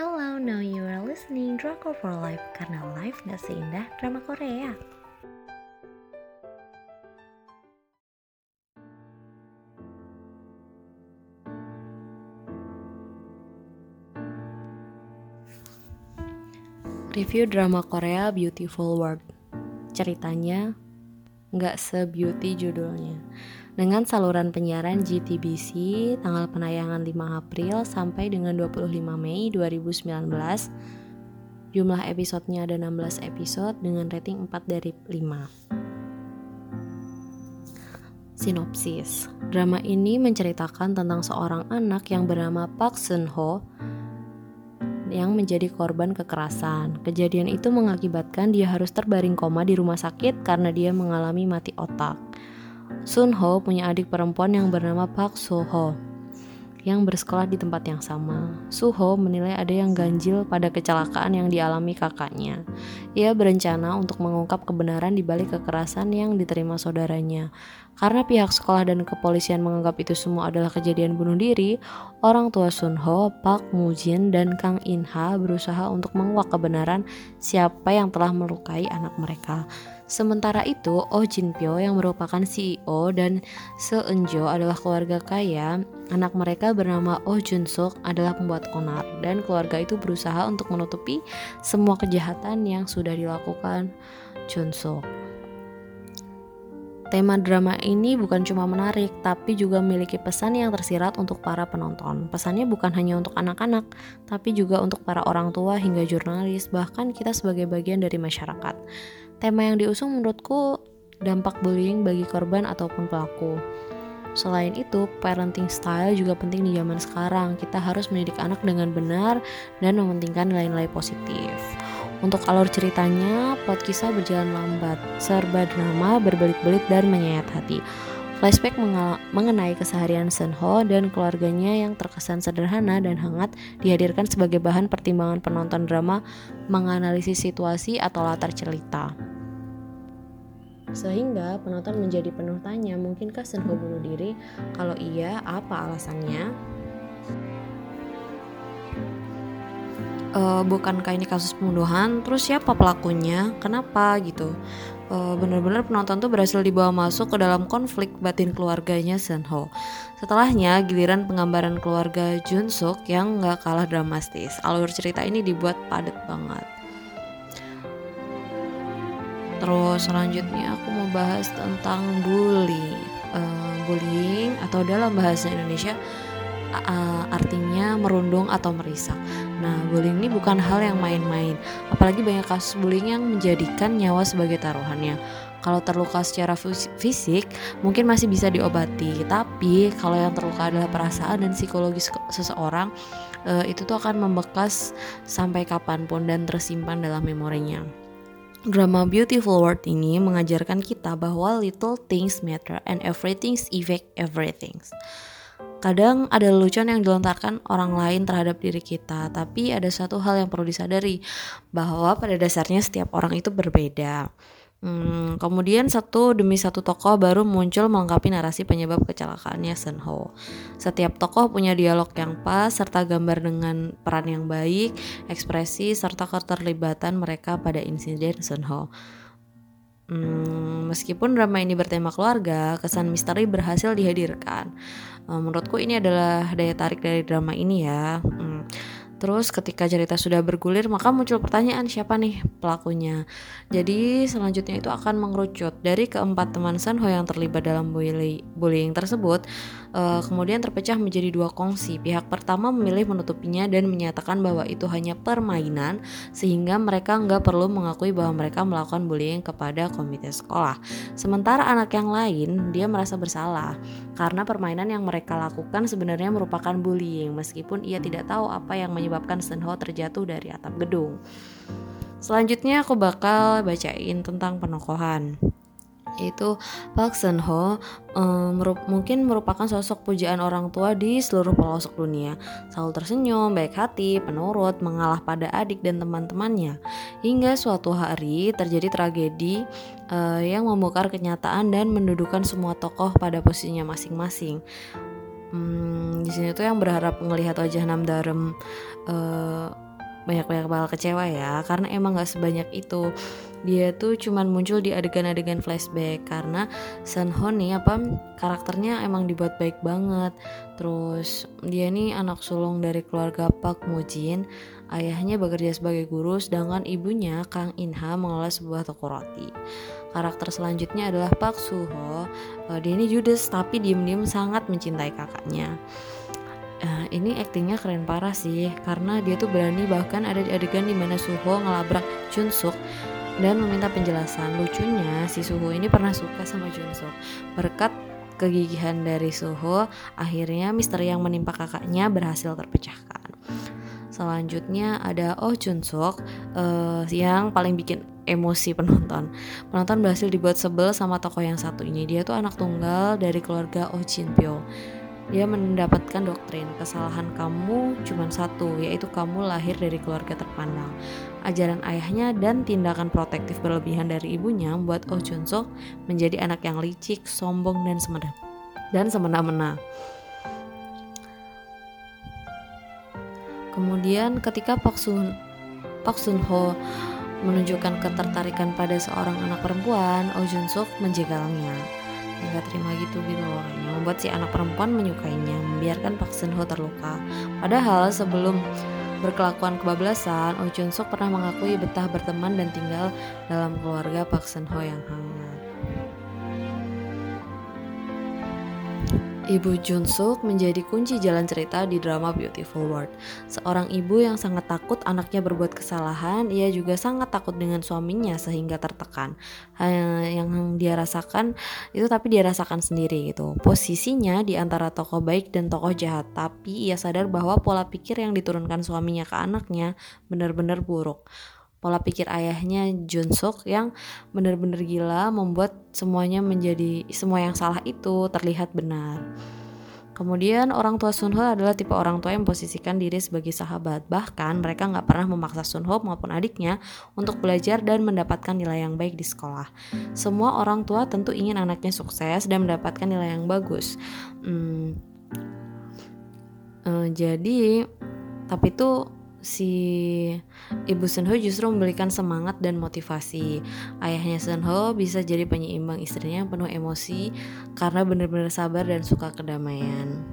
Halo, now you are listening Drama for Life karena life gak seindah drama Korea. Review drama Korea Beautiful World. Ceritanya nggak se-beauty judulnya. Dengan saluran penyiaran GTBC, tanggal penayangan 5 April sampai dengan 25 Mei 2019. Jumlah episodenya ada 16 episode dengan rating 4 dari 5. Sinopsis. Drama ini menceritakan tentang seorang anak yang bernama Park Sun Ho yang menjadi korban kekerasan. Kejadian itu mengakibatkan dia harus terbaring koma di rumah sakit karena dia mengalami mati otak. Sun Ho punya adik perempuan yang bernama Park So Ho yang bersekolah di tempat yang sama. Suho menilai ada yang ganjil pada kecelakaan yang dialami kakaknya. Ia berencana untuk mengungkap kebenaran di balik kekerasan yang diterima saudaranya. Karena pihak sekolah dan kepolisian menganggap itu semua adalah kejadian bunuh diri, orang tua Sun Ho, Park Moo Jin, dan Kang In Ha berusaha untuk menguak kebenaran siapa yang telah melukai anak mereka. Sementara itu, Oh Jin Pyo yang merupakan CEO dan Se-eun Jo adalah keluarga kaya. Anak mereka bernama Oh Jun Suk adalah pembuat onar dan keluarga itu berusaha untuk menutupi semua kejahatan yang sudah dilakukan Jun Suk. Tema drama ini bukan cuma menarik, tapi juga memiliki pesan yang tersirat untuk para penonton. Pesannya bukan hanya untuk anak-anak, tapi juga untuk para orang tua hingga jurnalis, bahkan kita sebagai bagian dari masyarakat. Tema yang diusung menurutku dampak bullying bagi korban ataupun pelaku. Selain itu, parenting style juga penting di zaman sekarang. Kita harus mendidik anak dengan benar dan mementingkan nilai-nilai positif. Untuk alur ceritanya, plot kisah berjalan lambat, serba drama, berbelit-belit dan menyayat hati. Flashback mengenai keseharian Sun Ho dan keluarganya yang terkesan sederhana dan hangat dihadirkan sebagai bahan pertimbangan penonton drama menganalisis situasi atau latar cerita. Sehingga penonton menjadi penuh tanya, mungkinkah Sun Ho bunuh diri? Kalau iya, apa alasannya? Bukankah ini kasus pembunuhan? Terus siapa pelakunya? Kenapa gitu? Benar-benar penonton tuh berhasil dibawa masuk ke dalam konflik batin keluarganya Sun Ho. Setelahnya, giliran penggambaran keluarga Jun Suk yang gak kalah dramatis. Alur cerita ini dibuat padat banget. Terus selanjutnya aku mau bahas tentang bullying atau dalam bahasa Indonesia artinya merundung atau merisak. Nah, bullying ini bukan hal yang main-main, apalagi banyak kasus bullying yang menjadikan nyawa sebagai taruhannya. Kalau terluka secara fisik mungkin masih bisa diobati, tapi kalau yang terluka adalah perasaan dan psikologis seseorang, itu tuh akan membekas sampai kapanpun dan tersimpan dalam memorinya. Drama Beautiful World ini mengajarkan kita bahwa little things matter and everything's affect everything. Kadang ada lelucon yang dilontarkan orang lain terhadap diri kita, tapi ada satu hal yang perlu disadari, bahwa pada dasarnya setiap orang itu berbeda. Kemudian satu demi satu tokoh baru muncul melengkapi narasi penyebab kecelakaannya Sun Ho. Setiap tokoh punya dialog yang pas, serta gambar dengan peran yang baik, ekspresi, serta keterlibatan mereka pada insiden Sun Ho. Meskipun drama ini bertema keluarga, kesan misteri berhasil dihadirkan. Menurutku ini adalah daya tarik dari drama ini ya. Terus ketika cerita sudah bergulir, maka muncul pertanyaan siapa nih pelakunya. Jadi selanjutnya itu akan mengerucut dari keempat teman Sun Ho yang terlibat dalam bullying tersebut. Kemudian terpecah menjadi dua kongsi. Pihak pertama memilih menutupinya dan menyatakan bahwa itu hanya permainan, sehingga mereka nggak perlu mengakui bahwa mereka melakukan bullying kepada komite sekolah. Sementara anak yang lain, dia merasa bersalah karena permainan yang mereka lakukan sebenarnya merupakan bullying, meskipun ia tidak tahu apa yang menyebabkan Sun Ho terjatuh dari atap gedung. Selanjutnya aku bakal bacain tentang penokohan, yaitu Park Sun Ho mungkin merupakan sosok pujaan orang tua di seluruh pelosok dunia. Selalu tersenyum, baik hati, penurut, mengalah pada adik dan teman-temannya. Hingga suatu hari terjadi tragedi yang membongkar kenyataan dan mendudukan semua tokoh pada posisinya masing-masing. Di sini tuh yang berharap melihat wajah Namdaram banyak bakal kecewa ya, karena emang gak sebanyak itu. Dia tuh cuman muncul di adegan-adegan flashback karena Sun Ho nih karakternya emang dibuat baik banget. Terus dia nih anak sulung dari keluarga Park Mo Jin. Ayahnya bekerja sebagai guru, sedangkan ibunya Kang In Ha mengelola sebuah toko roti. Karakter selanjutnya adalah Park Soo Ho. Dia ini judes tapi diem-diem sangat mencintai kakaknya. Ini aktingnya keren parah sih, karena dia tuh berani, bahkan ada adegan dimana Suho ngelabrak Jun Suk dan meminta penjelasan. Lucunya si Suho ini pernah suka sama Jun Suk. Berkat kegigihan dari Suho, akhirnya misteri yang menimpa kakaknya berhasil terpecahkan. Selanjutnya ada Oh Jun Suk, yang paling bikin emosi penonton. Penonton berhasil dibuat sebel sama tokoh yang satu ini. Dia tuh anak tunggal dari keluarga Oh Jin Pyo. Dia mendapatkan doktrin kesalahan kamu cuma satu, yaitu kamu lahir dari keluarga terpandang. Ajaran ayahnya dan tindakan protektif berlebihan dari ibunya membuat Oh Jun Suk menjadi anak yang licik, sombong, dan semena-mena. Kemudian ketika Park Sun Ho menunjukkan ketertarikan pada seorang anak perempuan, Oh Jun Suk menjegalnya. Nggak terima gitu loh, yang membuat si anak perempuan menyukainya, membiarkan Park Sun Ho terluka. Padahal sebelum berkelakuan kebablasan, Oh Jun Suk pernah mengakui betah berteman dan tinggal dalam keluarga Park Sun Ho yang hangat. Ibu Jun Suk menjadi kunci jalan cerita di drama Beautiful World. Seorang ibu yang sangat takut anaknya berbuat kesalahan, ia juga sangat takut dengan suaminya sehingga tertekan. Yang dia rasakan itu tapi dia rasakan sendiri gitu. Posisinya di antara tokoh baik dan tokoh jahat, tapi ia sadar bahwa pola pikir yang diturunkan suaminya ke anaknya benar-benar buruk. Pola pikir ayahnya Jun Suk yang benar-benar gila membuat semua yang salah itu terlihat benar. Kemudian orang tua Sun Ho adalah tipe orang tua yang memposisikan diri sebagai sahabat. Bahkan mereka gak pernah memaksa Sun Ho maupun adiknya untuk belajar dan mendapatkan nilai yang baik di sekolah. Semua orang tua tentu ingin anaknya sukses dan mendapatkan nilai yang bagus. Tapi tuh si ibu Sun Ho justru memberikan semangat dan motivasi. Ayahnya Sun Ho bisa jadi penyeimbang istrinya yang penuh emosi karena benar-benar sabar dan suka kedamaian.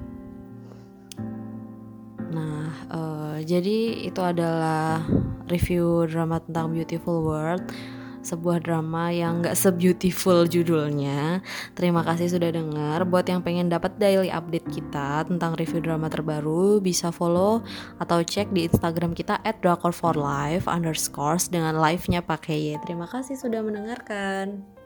Nah, jadi itu adalah review drama tentang Beautiful World, sebuah drama yang gak se-beautiful judulnya. Terima kasih sudah dengar. Buat yang pengen dapat daily update kita tentang review drama terbaru, bisa follow atau cek di Instagram kita @drakor4live_ dengan live-nya pakai Y. Terima kasih sudah mendengarkan.